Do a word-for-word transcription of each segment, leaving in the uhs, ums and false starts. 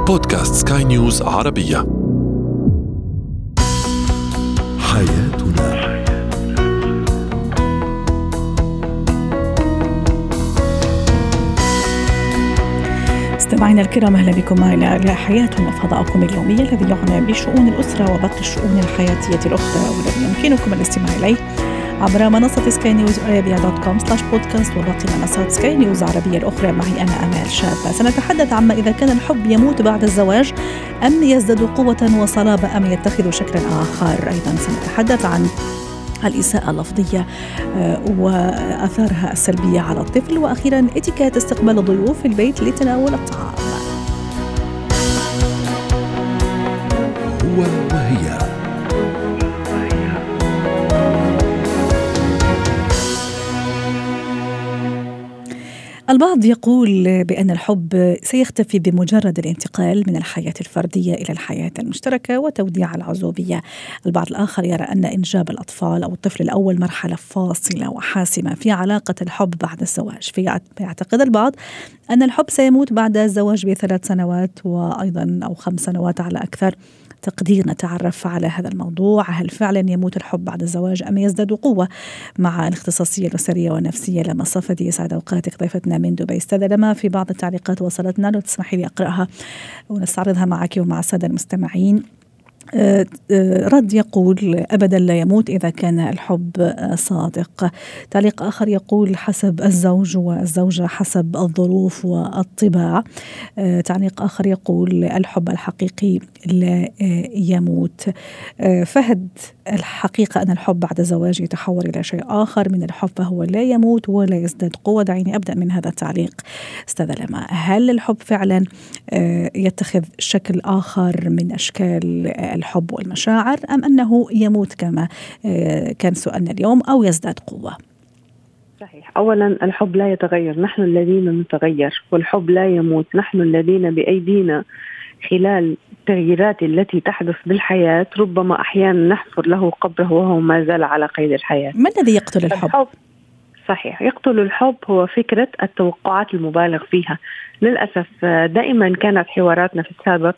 بودكاست سكاي نيوز عربية. حياتنا. مستمعينا الكرام، أهلا بكم إلى حياتنا، فضاؤكم اليومي الذي يعنى بشؤون الأسرة وباقي الشؤون الحياتية الأخرى، والذي يمكنكم الاستماع إليه عبر منصة سكاي نيوز عربية دوت كوم سلاش بودكاست وباقي منصات سكاي نيوز عربية الأخرى. معي أنا أمال شاب. سنتحدث عما إذا كان الحب يموت بعد الزواج أم يزداد قوة وصلابة أم يتخذ شكلا آخر. أيضا سنتحدث عن الإساءة اللفظية وأثارها السلبية على الطفل، وأخيرا اتيكيت استقبال الضيوف في البيت لتناول الطعام. هو وهي. البعض يقول بأن الحب سيختفي بمجرد الانتقال من الحياة الفردية إلى الحياة المشتركة وتوديع العزوبية. البعض الآخر يرى أن إنجاب الأطفال أو الطفل الأول مرحلة فاصلة وحاسمة في علاقة الحب بعد الزواج. فيعتقد البعض أن الحب سيموت بعد الزواج بثلاث سنوات وأيضا أو خمس سنوات على أكثر تقدير. نتعرف على هذا الموضوع، هل فعلا يموت الحب بعد الزواج أم يزداد قوة، مع الاختصاصية الأسرية والنفسية لما صفدي. يسعد أوقاتك ضيفتنا من دبي. استاذة لما، في بعض التعليقات وصلتنا، لو تسمحي لي أقرأها ونستعرضها معك ومع السادة المستمعين. رد يقول أبدا لا يموت إذا كان الحب صادق. تعليق آخر يقول حسب الزوج والزوجة، حسب الظروف والطباع. تعليق آخر يقول الحب الحقيقي لا يموت. فهد، الحقيقة أن الحب بعد الزواج يتحول إلى شيء آخر من الحب، فهو لا يموت ولا يزداد قوة. دعيني أبدأ من هذا التعليق. استاذة لما، هل الحب فعلا يتخذ شكل آخر من أشكال الحب والمشاعر، أم أنه يموت كما كان سؤالنا اليوم، أو يزداد قوة؟ صحيح. أولا الحب لا يتغير، نحن الذين نتغير، والحب لا يموت، نحن الذين بأيدينا خلال التغييرات التي تحدث بالحياة ربما أحيانا نحفر له قبره وهو ما زال على قيد الحياة. ما الذي يقتل الحب؟ الحب صحيح، يقتل الحب هو فكرة التوقعات المبالغ فيها. للأسف دائما كانت حواراتنا في السابق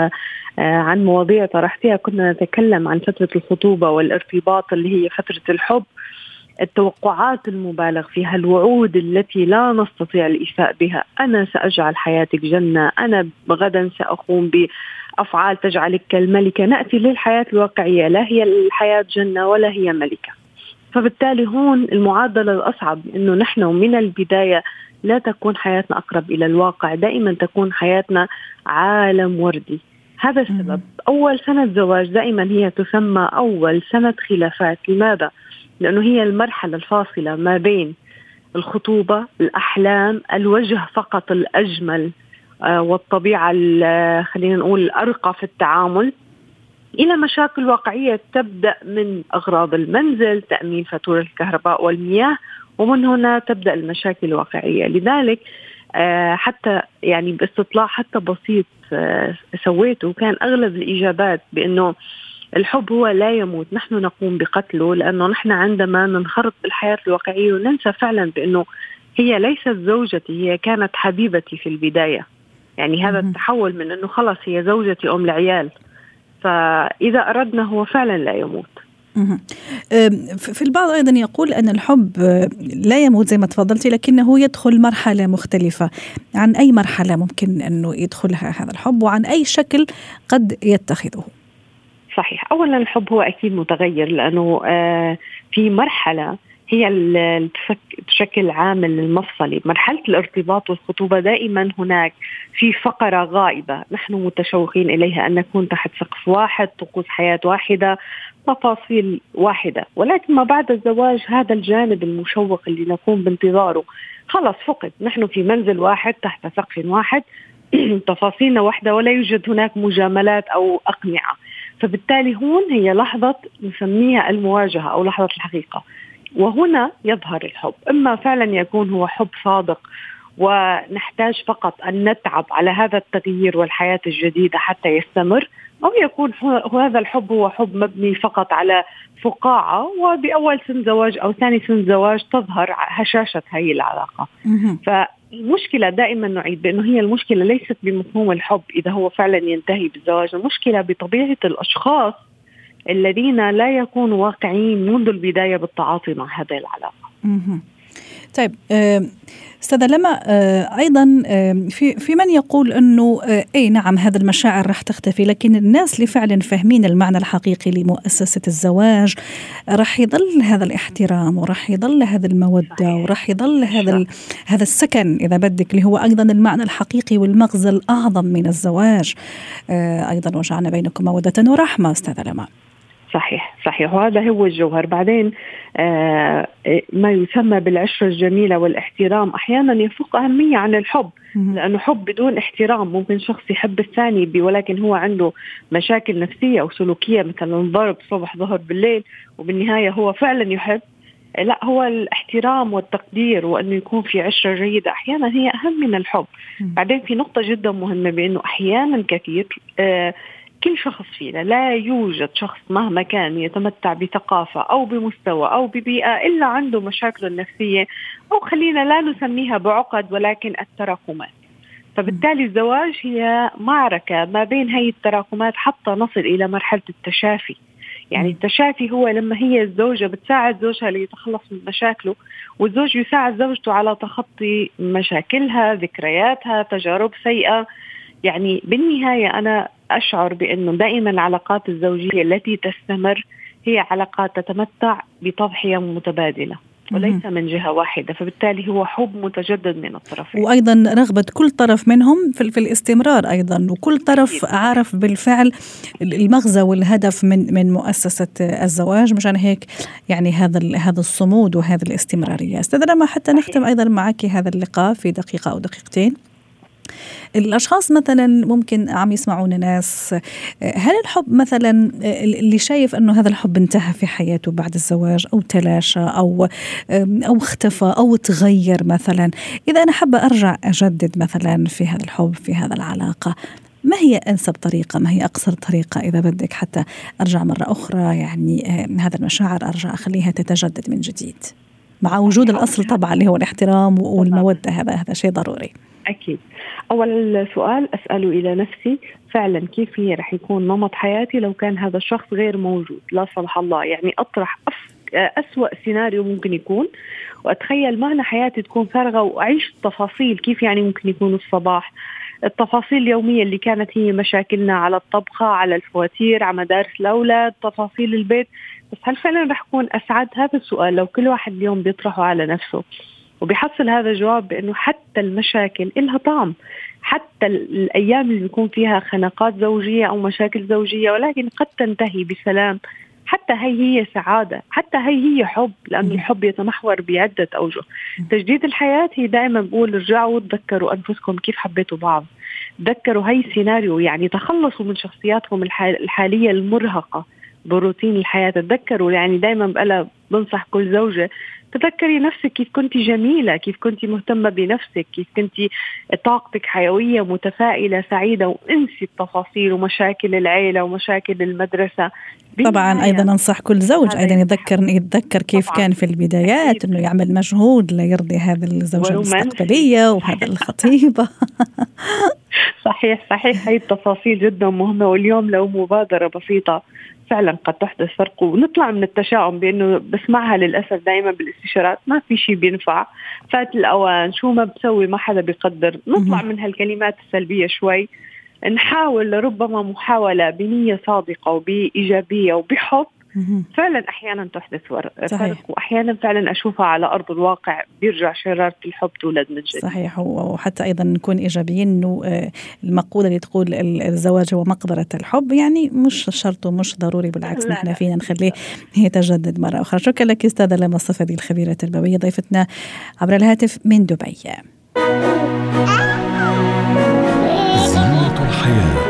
عن مواضيع طرحتها، كنا نتكلم عن فترة الخطوبة والارتباط اللي هي فترة الحب، التوقعات المبالغ فيها، الوعود التي لا نستطيع الإيفاء بها. أنا سأجعل حياتك جنة، أنا غدا سأقوم بأفعال تجعلك كالملكة. نأتي للحياة الواقعية، لا هي الحياة جنة ولا هي ملكة. فبالتالي هون المعادلة الأصعب إنه نحن من البداية لا تكون حياتنا أقرب إلى الواقع، دائما تكون حياتنا عالم وردي. هذا السبب أول سنة زواج دائما هي تسمى أول سنة خلافات. لماذا؟ لأنه هي المرحلة الفاصلة ما بين الخطوبة، الأحلام، الوجه فقط الأجمل آه والطبيعة خلينا نقول الأرقى في التعامل، إلى مشاكل واقعية تبدأ من أغراض المنزل، تأمين فاتورة الكهرباء والمياه، ومن هنا تبدأ المشاكل الواقعية. لذلك آه حتى يعني باستطلاع حتى بسيط آه سويته، كان أغلب الإجابات بأنه الحب هو لا يموت، نحن نقوم بقتله، لأنه نحن عندما ننخرط بالحياة الواقعية وننسى فعلا بأنه هي ليست زوجتي، هي كانت حبيبتي في البداية. يعني هذا التحول من أنه خلص هي زوجتي أم العيال، فإذا أردنا هو فعلا لا يموت. في البعض أيضا يقول أن الحب لا يموت زي ما تفضلتي، لكنه يدخل مرحلة مختلفة. عن أي مرحلة ممكن أنه يدخلها هذا الحب، وعن أي شكل قد يتخذه؟ صحيح. أولا الحب هو أكيد متغير، لأنه في مرحلة هي بشكل عام المفصلي. مرحلة الارتباط والخطوبة دائما هناك في فقرة غائبة نحن متشوقين إليها، أن نكون تحت سقف واحد، طقوس حياة واحدة، تفاصيل واحدة. ولكن ما بعد الزواج هذا الجانب المشوق اللي نقوم بانتظاره خلص فقد. نحن في منزل واحد تحت سقف واحد، تفاصيلنا واحدة، ولا يوجد هناك مجاملات أو أقنعة. فبالتالي هون هي لحظة نسميها المواجهة أو لحظة الحقيقة، وهنا يظهر الحب. إما فعلا يكون هو حب صادق ونحتاج فقط أن نتعب على هذا التغيير والحياة الجديدة حتى يستمر، أو يكون هذا الحب هو حب مبني فقط على فقاعة، وبأول سن زواج أو ثاني سن زواج تظهر هشاشة هذه العلاقة. المشكلة دائما نعيد بأنه هي المشكلة ليست بمفهوم الحب إذا هو فعلا ينتهي بالزواج، المشكلة بطبيعة الأشخاص الذين لا يكونوا واقعيين منذ البداية بالتعاطي مع هذه العلاقة. طيب أستاذة لما، أيضا في في من يقول أنه أي نعم هذا المشاعر رح تختفي، لكن الناس اللي فعلا فاهمين المعنى الحقيقي لمؤسسة الزواج رح يظل هذا الاحترام ورح يظل هذا المودة ورح يظل هذا هذا السكن إذا بدك، اللي هو أيضا المعنى الحقيقي والمغزى الأعظم من الزواج. أيضا وجعلنا بينكم مودة ورحمة أستاذة لما. صحيح صحيح، وهذا هو الجوهر. بعدين آه ما يسمى بالعشرة الجميلة والاحترام أحيانا يفوق أهمية عن الحب، لأنه حب بدون احترام ممكن شخص يحب الثاني ولكن هو عنده مشاكل نفسية أو سلوكية مثلا ضرب صبح ظهر بالليل، وبالنهاية هو فعلا يحب. لا، هو الاحترام والتقدير وأنه يكون في عشرة جيدة أحيانا هي أهم من الحب. بعدين في نقطة جدا مهمة بأنه أحيانا كثير آه كل شخص فينا لا يوجد شخص مهما كان يتمتع بثقافة أو بمستوى أو ببيئة إلا عنده مشاكل النفسية، أو خلينا لا نسميها بعقد ولكن التراكمات. فبالتالي الزواج هي معركة ما بين هاي التراكمات حتى نصل إلى مرحلة التشافي. يعني التشافي هو لما هي الزوجة بتساعد زوجها ليتخلص من مشاكله، والزوج يساعد زوجته على تخطي مشاكلها، ذكرياتها، تجارب سيئة. يعني بالنهاية أنا أشعر بأنه دائما العلاقات الزوجية التي تستمر هي علاقات تتمتع بتضحية متبادلة وليس من جهة واحدة، فبالتالي هو حب متجدد من الطرفين، وأيضا رغبة كل طرف منهم في, في الاستمرار أيضا، وكل طرف عارف بالفعل المغزى والهدف من من مؤسسة الزواج. مشان هيك يعني هذا هذا الصمود وهذا الاستمرارية. أستاذ لما، حتى نختم أيضا معك هذا اللقاء في دقيقة أو دقيقتين، الأشخاص مثلا ممكن عم يسمعون ناس، هل الحب مثلا اللي شايف أنه هذا الحب انتهى في حياته بعد الزواج أو تلاشى أو أو اختفى أو تغير مثلا، إذا أنا حابة أرجع أجدد مثلا في هذا الحب في هذا العلاقة، ما هي أنسب طريقة، ما هي أقصر طريقة إذا بدك حتى أرجع مرة أخرى يعني هذا المشاعر أرجع أخليها تتجدد من جديد مع وجود الأصل طبعا اللي هو الاحترام والمودة؟ هذا هذا شيء ضروري. أكيد. أول سؤال أسأله إلى نفسي فعلا كيف هي رح يكون نمط حياتي لو كان هذا الشخص غير موجود لا صلح الله. يعني أطرح أسوأ سيناريو ممكن يكون وأتخيل معنى حياتي تكون فارغة، وأعيش التفاصيل كيف يعني ممكن يكون الصباح، التفاصيل اليومية اللي كانت هي مشاكلنا على الطبخة، على الفواتير، على مدارس الأولاد، تفاصيل البيت. بس هل فعلا رح أكون أسعد؟ هذا السؤال لو كل واحد اليوم بيطرحه على نفسه وبيحصل هذا الجواب بأنه حتى المشاكل إلها طعم، حتى الأيام اللي بيكون فيها خناقات زوجية أو مشاكل زوجية ولكن قد تنتهي بسلام، حتى هي هي سعادة، حتى هي هي حب، لأن الحب يتمحور بعدة أوجه. تجديد الحياة هي دائما بقول رجعوا تذكروا أنفسكم كيف حبيتوا بعض، تذكروا هاي السيناريو، يعني تخلصوا من شخصياتكم الحالية المرهقة بروتين الحياة. تذكروا يعني دائما بقى بنصح كل زوجة تذكري نفسك كيف كنتي جميلة، كيف كنتي مهتمة بنفسك، كيف كنتي طاقتك حيوية متفائلة سعيدة، وانسي التفاصيل ومشاكل العيلة ومشاكل المدرسة. طبعا أيضا أنصح كل زوج أيضا يتذكر يتذكر كيف طبعاً. كان في البدايات أنه يعمل مجهود ليرضي هذا الزوجة المستقبلية وهذا الخطيبة. صحيح صحيح، هاي التفاصيل جدا مهمة، واليوم لو مبادرة بسيطة فعلا قد تحدث فرق، ونطلع من التشاؤم بأنه بسمعها للأسف دائما بالاستشارات ما في شيء بينفع، فات الأوان، شو ما بسوي ما حدا بيقدر. نطلع من هالكلمات السلبية شوي، نحاول لربما محاولة بنية صادقة وبإيجابية وبحب فعلا أحيانا تحدث فرق، وأحيانا فعلا أشوفها على أرض الواقع بيرجع شرارة الحب تولد من جديد. صحيح، وحتى أيضا نكون إيجابيين إنه المقولة اللي تقول الزواج هو مقبرة الحب يعني مش شرط ومش ضروري، بالعكس نحن فينا نخليه يتجدد مرة أخرى. شكرا لك أستاذة لما الصفدي الخبيرة التربوية ضيفتنا عبر الهاتف من دبي. زينة الحياة.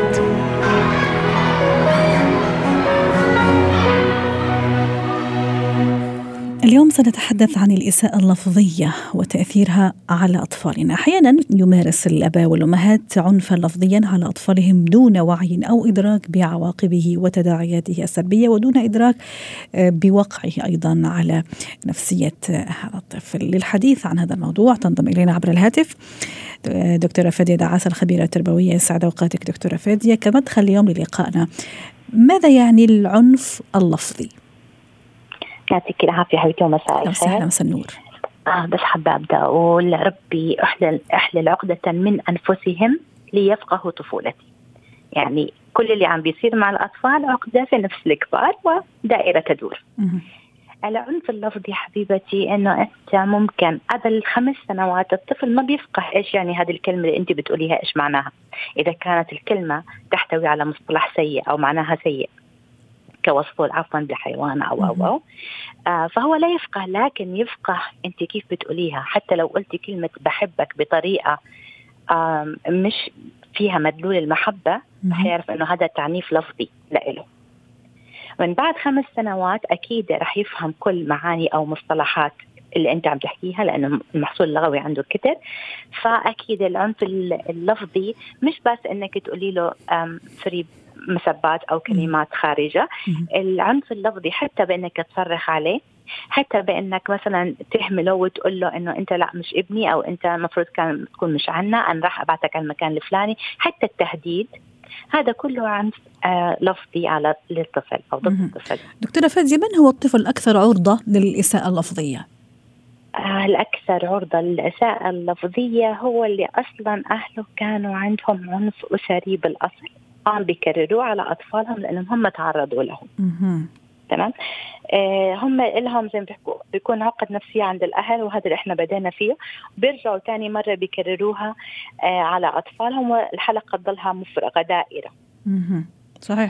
اليوم سنتحدث عن الإساءة اللفظية وتأثيرها على أطفالنا. أحيانا يمارس الآباء والأمهات عنفا لفظيا على أطفالهم دون وعي أو إدراك بعواقبه وتداعياته السلبية ودون إدراك بوقعه أيضا على نفسية هذا الطفل. للحديث عن هذا الموضوع تنضم إلينا عبر الهاتف دكتورة فادية دعاسة الخبيرة التربوية. يسعد أوقاتك دكتورة فادية. كمدخل اليوم للقائنا، ماذا يعني العنف اللفظي؟ يعطيك العافية حبيبتي ومساء الخير. مساء النور. آه بس حابة أبدأ أقول ربي أحلل أحلل عقدة من أنفسهم ليفقهوا طفولتي. يعني كل اللي عم بيصير مع الأطفال عقدة في نفس الكبار ودائرة تدور. العنف اللفظي حبيبتي إنه أنت ممكن قبل خمس سنوات الطفل ما بيفقه إيش يعني هذه الكلمة اللي أنت بتقوليها إيش معناها، إذا كانت الكلمة تحتوي على مصطلح سيء أو معناها سيء كوصفه عفوا بحيوان أو أو أو آه فهو لا يفقه، لكن يفقه أنت كيف بتقوليها. حتى لو قلتي كلمة بحبك بطريقة آه مش فيها مدلول المحبة حيعرف أنه هذا تعنيف لفظي لإله. من بعد خمس سنوات أكيد رح يفهم كل معاني أو مصطلحات اللي أنت عم تحكيها لأنه المحصول اللغوي عنده كتر. فأكيد العنف اللفظي مش بس أنك تقولي له فري مسبات أو كلمات خارجة. العنف اللفظي حتى بأنك تصرخ عليه، حتى بأنك مثلا تحمله وتقول له إنه أنت لا مش ابني أو أنت مفروض كان تكون مش عنا، أنا راح أبعتك على المكان الفلاني. حتى التهديد هذا كله عنف آه لفظي على للطفل أو ضد الطفل. دكتورة فادية، من هو الطفل الأكثر عرضة للإساءة اللفظية؟ آه الأكثر عرضة للإساءة اللفظية هو اللي أصلا أهله كانوا عندهم عنف أسري بالأصل، عم بيكرروه على أطفالهم لأنهم هم تعرضوا لهم. تمام. آه هم لهم زي ما بيحكوا بيكون عقد نفسية عند الأهل، وهذا اللي إحنا بدينا فيه. بيرجعوا تاني مرة بيكرروها آه على أطفالهم، والحلقة تضلها مفرغة دائرة. صحيح.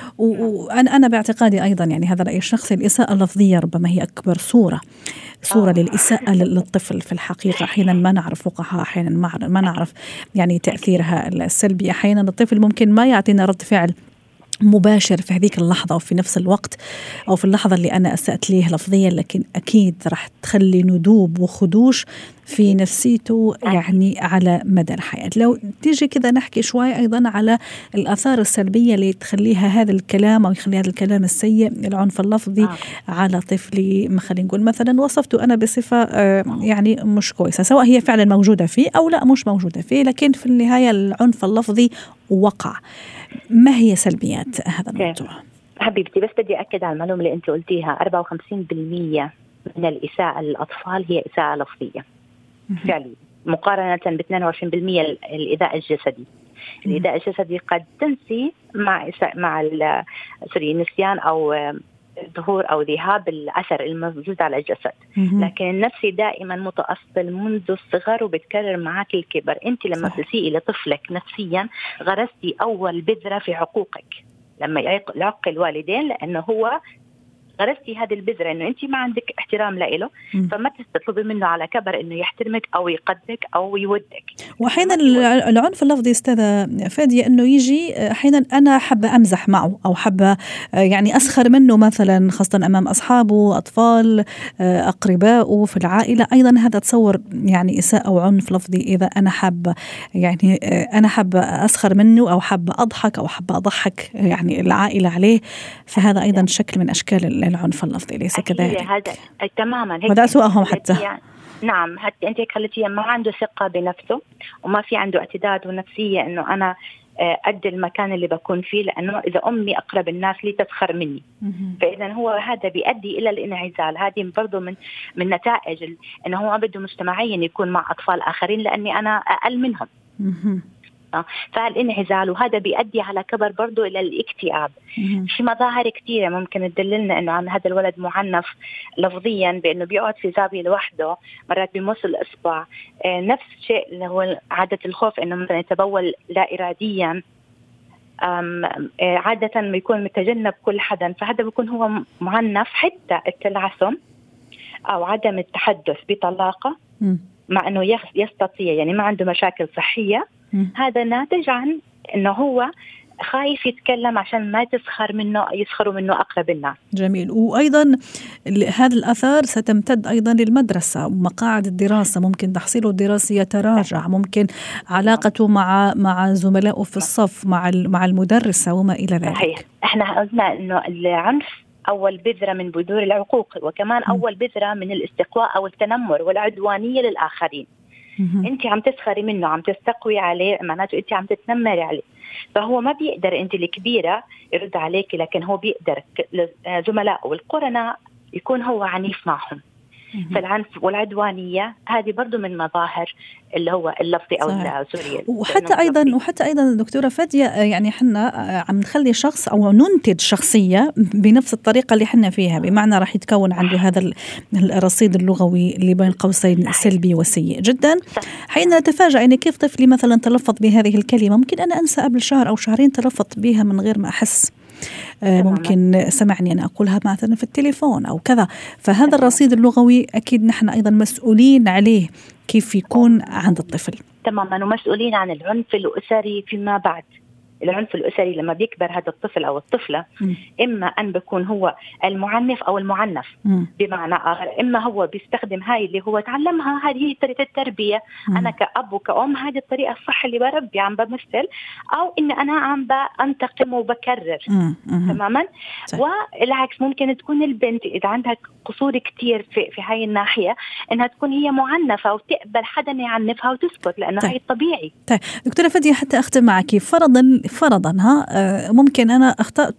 وأنا أنا باعتقادي أيضا يعني هذا رأيي الشخصي، الإساءة اللفظية ربما هي أكبر صورة صورة آه. للإساءة للطفل في الحقيقة. أحيانا ما نعرف وقعها، أحيانا ما نعرف يعني تأثيرها السلبي. أحيانا الطفل ممكن ما يعطينا رد فعل مباشر في هذيك اللحظة أو في نفس الوقت أو في اللحظة اللي أنا أسأت ليه لفظيا، لكن أكيد راح تخلي ندوب وخدوش في نفسيته يعني على مدى الحياة. لو تيجي كذا نحكي شوي أيضا على الآثار السلبية اللي تخليها هذا الكلام أو يخلي هذا الكلام السيء، العنف اللفظي آه. على طفلي، ما خلينا نقول مثلا وصفته أنا بصفة آه يعني مش كويسة، سواء هي فعلا موجودة فيه أو لا مش موجودة فيه، لكن في النهاية العنف اللفظي وقع. ما هي سلبيات هذا الموضوع؟ حبيبتي بس بدي أكد على المعلومة اللي أنت قلتيها، أربعة وخمسين بالمئة من الإساءة للأطفال هي إساءة لفظية فعليا، مقارنة ب اثنين وعشرين بالمئة الإيذاء الجسدي. الإيذاء الجسدي قد تنسي مع مع سوري نسيان أو ظهور أو ذهاب الأثر الموجود على الجسد، لكن النفسي دائما متأصل منذ الصغر وبتكرر معك الكبر. أنت لما تسيئي لطفلك نفسيا غرستي أول بذرة في عقوقك لما يعق الوالدين، لأنه هو غرستي هذه البذرة إنه أنت ما عندك احترام له، فما تطلبي منه على كبر إنه يحترمك أو يقدرك أو يودك. وأحيانا العنف اللفظي أستاذة فادية إنه يجي أحيانا أنا حابة أمزح معه أو حابة يعني أسخر منه مثلا، خاصة أمام أصحابه، أطفال، أقربائه في العائلة. أيضا هذا تصور يعني إساءة أو عنف لفظي. إذا أنا حابة يعني أنا حابة أسخر منه أو حابة أضحك أو حابة أضحك يعني العائلة عليه، فهذا أيضا شكل من أشكال العنف اللفظي، ليس كذلك؟ هذا تماما هذا أسوأهم حتى. يعني نعم، حتى أنت خليتيه ما عنده ثقة بنفسه وما في عنده اعتداد ونفسية إنه أنا أدي المكان اللي بكون فيه، لأنه إذا أمي أقرب الناس لي تسخر مني، فإذا هو هذا بيؤدي إلى الانعزال. هذه برضو من من نتائج إنه هو بده مجتمعيا يكون مع أطفال آخرين لأني أنا أقل منهم. فالانعزال، وهذا بيؤدي على كبر برضو إلى الاكتئاب. في مظاهر كثيرة ممكن تدللنا إنه عن هذا الولد معنف لفظيا، بأنه بيقعد في زاوية لوحده، مرات بيمص الإصبع. آه نفس الشيء اللي هو عادة الخوف، إنه مثلا يتبول لا إراديا. آه عادة بيكون متجنب كل حدا، فهذا بيكون هو معنف. حتى التلعثم أو عدم التحدث بطلاقة مع أنه يستطيع، يعني ما عنده مشاكل صحية، هذا ناتج عن أنه هو خايف يتكلم عشان ما تسخر منه، يسخروا منه أقرب الناس. جميل. وأيضا هذا الأثار ستمتد أيضا للمدرسة ومقاعد الدراسة، ممكن تحصيله الدراسي يتراجع، ممكن علاقته مع مع زملائه في الصف، مع مع المدرسة وما إلى ذلك. صحيح. احنا قلنا إنه العنف أول بذرة من بذور العقوق، وكمان م. أول بذرة من الاستقواء أو التنمر والعدوانية للآخرين. م. أنت عم تسخري منه، عم تستقوي عليه، معناته أنت عم تتنمري عليه، فهو ما بيقدر أنت الكبيرة يرد عليك، لكن هو بيقدر زملائه والقرناء يكون هو عنيف معهم. فالعنف والعدوانية هذه برضو من مظاهر اللي هو اللفظي أو السوري. وحتى أيضا وحتى أيضا دكتورة فادية، يعني حنا عم نخلي شخص أو ننتج شخصية بنفس الطريقة اللي حنا فيها، بمعنى راح يتكون عنده هذا الرصيد اللغوي اللي بين قوسين سلبي وسيء جدا. حين نتفاجأ يعني كيف طفلي مثلا تلفظ بهذه الكلمة، ممكن أنا أنسى قبل شهر أو شهرين تلفظ بها من غير ما أحس. ممكن سمعني أنا أقولها مثلا في التليفون أو كذا. فهذا الرصيد اللغوي أكيد نحن أيضا مسؤولين عليه كيف يكون عند الطفل. تماما. ومسؤولين عن العنف الأسري فيما بعد. العنف الأسري لما بيكبر هذا الطفل أو الطفلة م. إما أن بيكون هو المعنف أو المعنف، م. بمعنى آخر إما هو بيستخدم هاي اللي هو تعلمها، هذه هي طريقة التربية، م. أنا كأب وكأم هذه الطريقة الصح اللي بربي عم بمثل، أو إن أنا عم بأنتقم وبكرر. م. م. تماما. صح. والعكس ممكن تكون البنت إذا عندها قصور كتير في, في هاي الناحية إنها تكون هي معنفة وتقبل حدا يعنفها وتسكت، لأنه طيب. هاي الطبيعي. طيب دكتورة فادية، حتى أختم معك، فرضا فرضا ها ممكن أنا أخطأت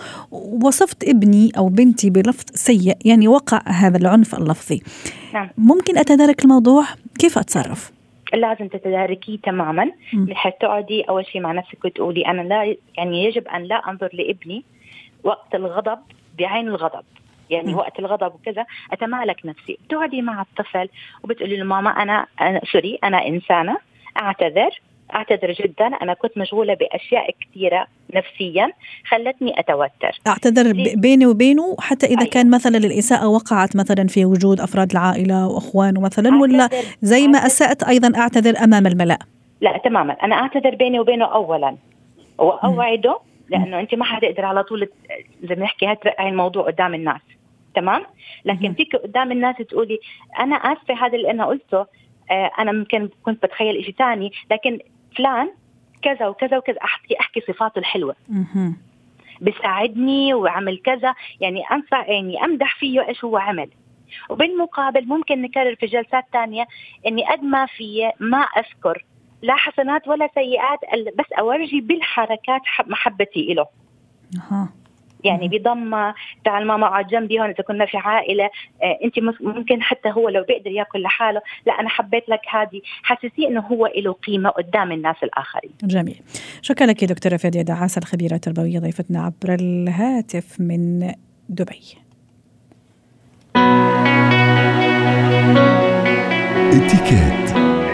ووصفت ابني أو بنتي بلفظ سيء، يعني وقع هذا العنف اللفظي. نعم. ممكن أتدارك الموضوع؟ كيف أتصرف؟ لازم تتداركيه تماما. بحيث تقعدي أول شيء مع نفسك وتقولي أنا لا، يعني يجب أن لا أنظر لابني وقت الغضب بعين الغضب، يعني م. وقت الغضب وكذا أتمالك نفسي. تقعدي مع الطفل وبتقولي له ماما أنا, أنا سوري أنا إنسانة، أعتذر أعتذر جدا، أنا كنت مشغولة بأشياء كثيرة نفسيا خلتني أتوتر. أعتذر بيني وبينه حتى إذا أيوة. كان مثلا الإساءة وقعت مثلا في وجود أفراد العائلة وأخوانه مثلا، ولا زي ما أسأت أيضا أعتذر أمام الملأ؟ لا تماما، أنا أعتذر بيني وبينه أولا وأوعده، لأنه أنت ما حد يقدر على طول زي ما نحكي هترقعي الموضوع قدام الناس. تمام. لكن فيك قدام الناس تقولي أنا آسفة هذا اللي أنا قلته، آه أنا ممكن كنت بتخيل إشي تاني، لكن فلان كذا وكذا وكذا، أحكي أحكي صفاته الحلوة بيساعدني وعمل كذا، يعني أنصح يعني أمدح فيه إيش هو عمل. وبالمقابل ممكن نكرر في جلسات تانية إني قد ما فيه ما أذكر لا حسنات ولا سيئات، بس أورجي بالحركات محبتي إله. أه. يعني بضم تعال ماما اقعد جنبي هون، اذا كنا في عائله آه انت ممكن حتى هو لو بيقدر ياكل لحاله، لا انا حبيت لك هذه، حسسيه انه هو له قيمه قدام الناس الاخرين. جميل. شكرا لك دكتوره فادية دعاسة، الخبيره التربويه، ضيفتنا عبر الهاتف من دبي. اتيكيت.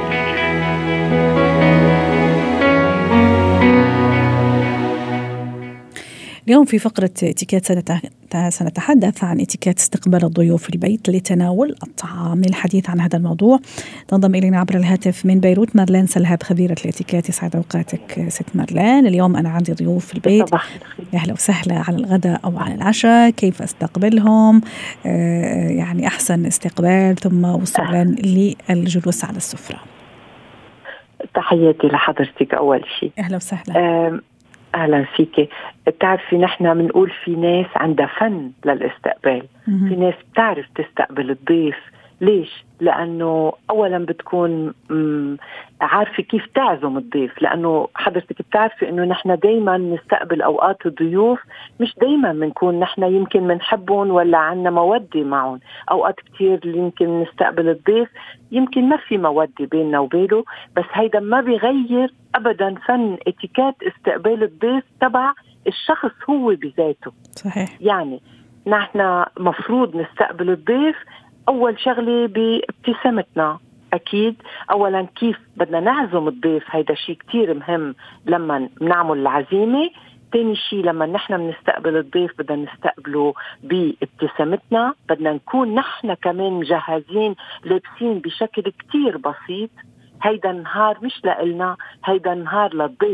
اليوم في فقرة اتيكيت سنتحدث عن اتيكيت استقبال الضيوف في البيت لتناول الطعام. للحديث عن هذا الموضوع تنضم إلينا عبر الهاتف من بيروت مارلين سلهاب، خبيرة الاتيكيت. يسعد أوقاتك ست مارلين. اليوم أنا عندي ضيوف في البيت، أهلا وسهلا، على الغداء أو على العشاء، كيف أستقبلهم؟ آه يعني أحسن استقبال ثم وصولا للجلوس على السفرة. تحياتي لحضرتك أول شيء. أهلا وسهلا. أهلا فيك. بتعرفي نحن بنقول في ناس عندها فن للاستقبال، م- في ناس بتعرف تستقبل الضيف. ليش؟ لأنه أولا بتكون عارفة كيف تعزم الضيف، لأنه حضرتك بتعرفي أنه نحن دايما نستقبل أوقات الضيوف، مش دايما بنكون نحن يمكن منحبهم ولا عنا مودة معهم. أوقات كتير اللي يمكن نستقبل الضيف يمكن ما في مودة بيننا وبينه، بس هيدا ما بيغير أبدا فن اتيكيت استقبال الضيف تبع الشخص هو بذاته. صحيح. يعني نحن مفروض نستقبل الضيف أول شغلة بابتسامتنا. أكيد أولا كيف بدنا نعزم الضيف، هيدا شيء كتير مهم لما نعمل العزيمة. تاني شيء لما نحن بنستقبل الضيف بدنا نستقبله بابتسامتنا، بدنا نكون نحن كمان مجهزين لابسين بشكل كتير بسيط. هيدا النهار مش لإلنا، هيدا النهار للضيف.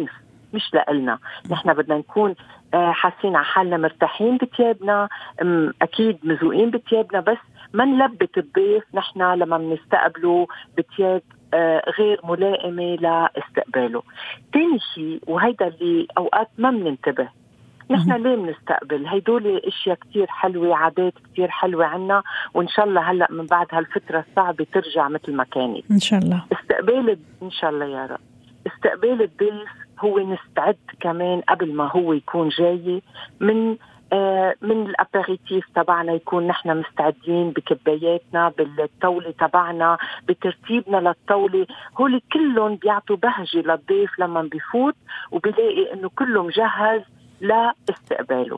مش لإلنا. نحن بدنا نكون حاسين على حالنا مرتاحين بتيابنا، أكيد مزوقين بتيابنا، بس ما نلبت الضيف نحن لما بنستقبله بتياب غير ملائمة لاستقباله. تاني شيء، وهيدا اللي أوقات ما بننتبه، نحن ليه بنستقبل هيدول اشياء كتير حلوة، عادات كتير حلوة عنا، وان شاء الله هلأ من بعد هالفترة الصعبة ترجع مثل ما كانت ان شاء الله. استقبال ان شاء الله يا رب. استقبال الضيف هو نستعد كمان قبل ما هو يكون جاي، من آه من الابيريتيف تبعنا يكون نحن مستعدين بكباياتنا، بالطاولة تبعنا، بترتيبنا للطاولة. هول كلهم بيعطوا بهجة للضيف لما بيفوت وبيلاقي انه كله مجهز لا استقباله.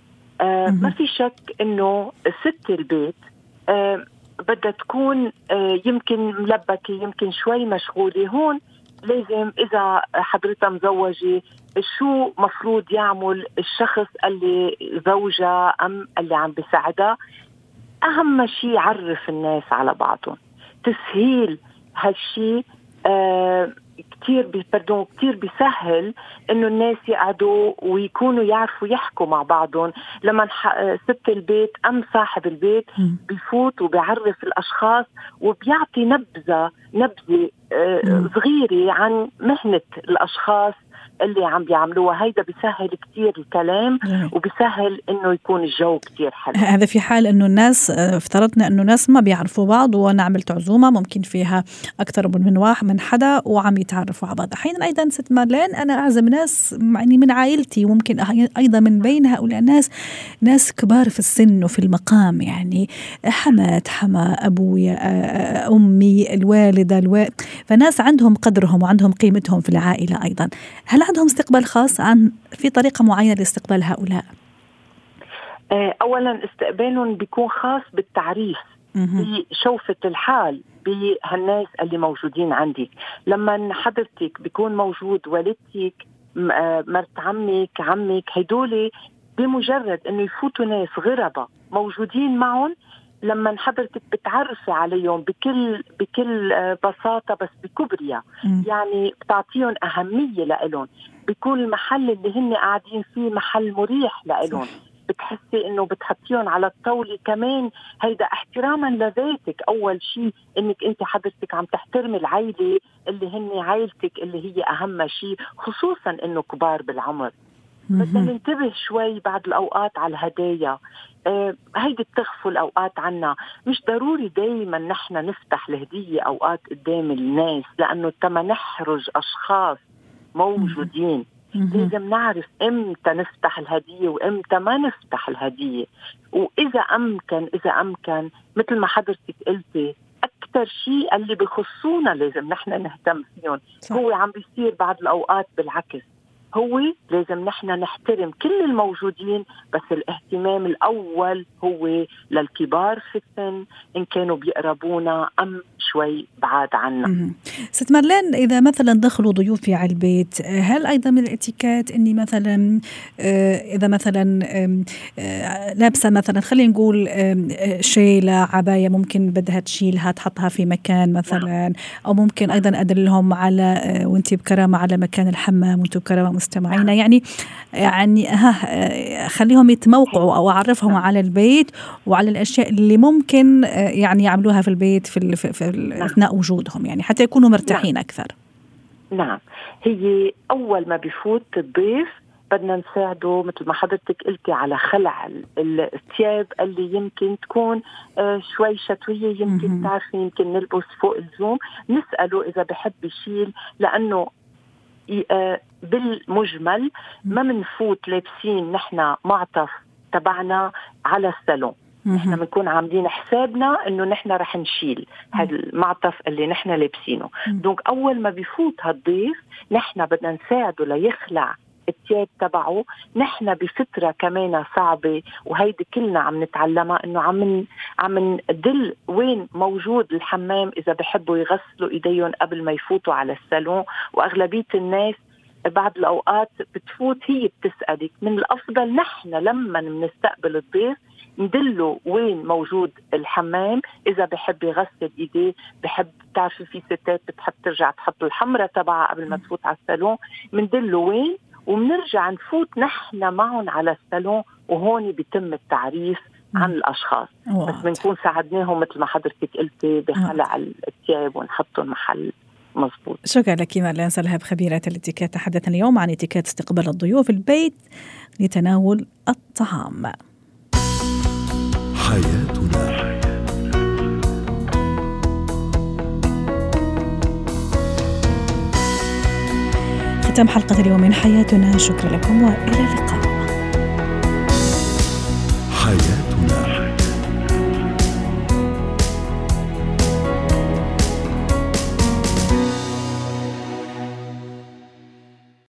آه ما في شك انه ست البيت آه بدها تكون آه يمكن ملبكة، يمكن شوي مشغولة. هون لازم اذا حضرتها مزوجة شو مفروض يعمل الشخص اللي زوجة ام اللي عم بيساعدها؟ اهم شيء عرف الناس على بعضهم، تسهيل هالشي آه كتير بيردون كتير بيسهل انه الناس يقعدوا ويكونوا يعرفوا يحكوا مع بعضهم. لما ست البيت ام صاحب البيت بيفوت وبيعرف الاشخاص وبيعطي نبذة نبذة صغيرة عن مهنة الاشخاص اللي عم بيعملوها، هيدا بيسهل كتير الكلام وبيسهل انه يكون الجو كتير حلو. هذا في حال انه الناس افترضنا انه ناس ما بيعرفوا بعض وانا عملت عزومه ممكن فيها اكثر من واحد من حدا وعم يتعرفوا على بعض. احيانا ايضا ست مارلين انا اعزم ناس يعني من عائلتي، وممكن ايضا من بين هؤلاء الناس ناس كبار في السن وفي المقام، يعني حمات حما ابويا امي الوالده الوالد، فناس عندهم قدرهم وعندهم قيمتهم في العائله ايضا. هل عندهم استقبال خاص عن في طريقة معينة لاستقبال هؤلاء؟ أولا استقبالهم بيكون خاص بالتعريف، بشوفة الحال بهالناس اللي موجودين عندك. لما حضرتك بيكون موجود والدتك، مرت عمك، عمك، هيدولي بمجرد أنه يفوتوا ناس غربة موجودين معهم، لما حضرتك بتعرفي عليهم بكل بكل بساطة بس بكبرياء، يعني بتعطيهم أهمية لإلهم، بيكون المحل اللي هن قاعدين فيه محل مريح لإلهم، بتحسي إنه بتحطيهم على الطاولة كمان. هيدا احتراما لذاتك، أول شيء إنك أنت حضرتك عم تحترمي العائلة اللي هن عائلتك اللي هي أهم شيء، خصوصا إنه كبار بالعمر. بدنا ننتبه شوي بعض الأوقات على الهدايا، آه هيدي بتغفل أوقات عنا. مش ضروري دايما نحن نفتح الهدية أوقات قدام الناس، لأنه تما نحرج أشخاص موجودين. لازم نعرف إمتى نفتح الهدية وإمتى ما نفتح الهدية، وإذا أمكن إذا أمكن مثل ما حضرتك قلتي أكتر شيء اللي بخصونا لازم نحن نهتم فيهم. هو عم بيصير بعض الأوقات بالعكس، هو لازم نحن نحترم كل الموجودين، بس الاهتمام الأول هو للكبار في السن إن كانوا بيقربونا أم شوي بعاد عنا. ست مارلين، إذا مثلا دخلوا ضيوفي على البيت، هل أيضا من الاتيكيت إني مثلا إذا مثلا لابسة مثلا خلينا نقول شيلة عباية ممكن بدها تشيلها تحطها في مكان مثلا، أو ممكن أيضا أدلهم على وانتي بكرامة على مكان الحمام وانتو بكرامة مستمعين، يعني يعني ها خليهم يتموقعوا أو أعرفهم على البيت وعلى الأشياء اللي ممكن يعني يعملوها في البيت في, في, في أثناء وجودهم، يعني حتى يكونوا مرتاحين نعم. أكثر. نعم، هي أول ما بيفوت الضيف بدنا نساعده مثل ما حضرتك قلتي على خلع الثياب اللي يمكن تكون شوي شتوية، يمكن تعرفي يمكن نلبس فوق الزوم، نسأله إذا بحب يشيل، لأنه بالمجمل ما منفوت لابسين نحن معطف تبعنا على الصالون، نحن بنكون عاملين حسابنا انه نحن رح نشيل هذا المعطف اللي نحن لابسينه. دونك اول ما بيفوت هالضيف نحن بدنا نساعده ليخلع الثياب تبعه. نحن بفترة كمان صعبة وهيدي كلنا عم نتعلمها، انه عم عم ندل وين موجود الحمام اذا بحبوا يغسلوا ايديهم قبل ما يفوتوا على الصالون، واغلبية الناس بعض الأوقات بتفوت هي بتسألك. من الأفضل نحن لما نستقبل الضيف ندله وين موجود الحمام، إذا بحب يغسل إيديه، بحب تعرفي في ستات بتحب ترجع تحط الحمرة تبعها قبل ما تفوت على الصالون، مندله وين ومنرجع نفوت نحن معهم على الصالون، وهون بيتم التعريف عن الأشخاص. واحد. بس بنكون ساعدناهم مثل ما حضرتك قلتي بخلع الثياب ونحطهم محل مظبوط. شكرا لك مارلين سلهب خبيرة الاتيكيت. تحدثنا اليوم عن اتيكيت استقبال الضيوف البيت لتناول الطعام. حياتنا. ختام حلقة اليوم من حياتنا. شكرا لكم وإلى اللقاء.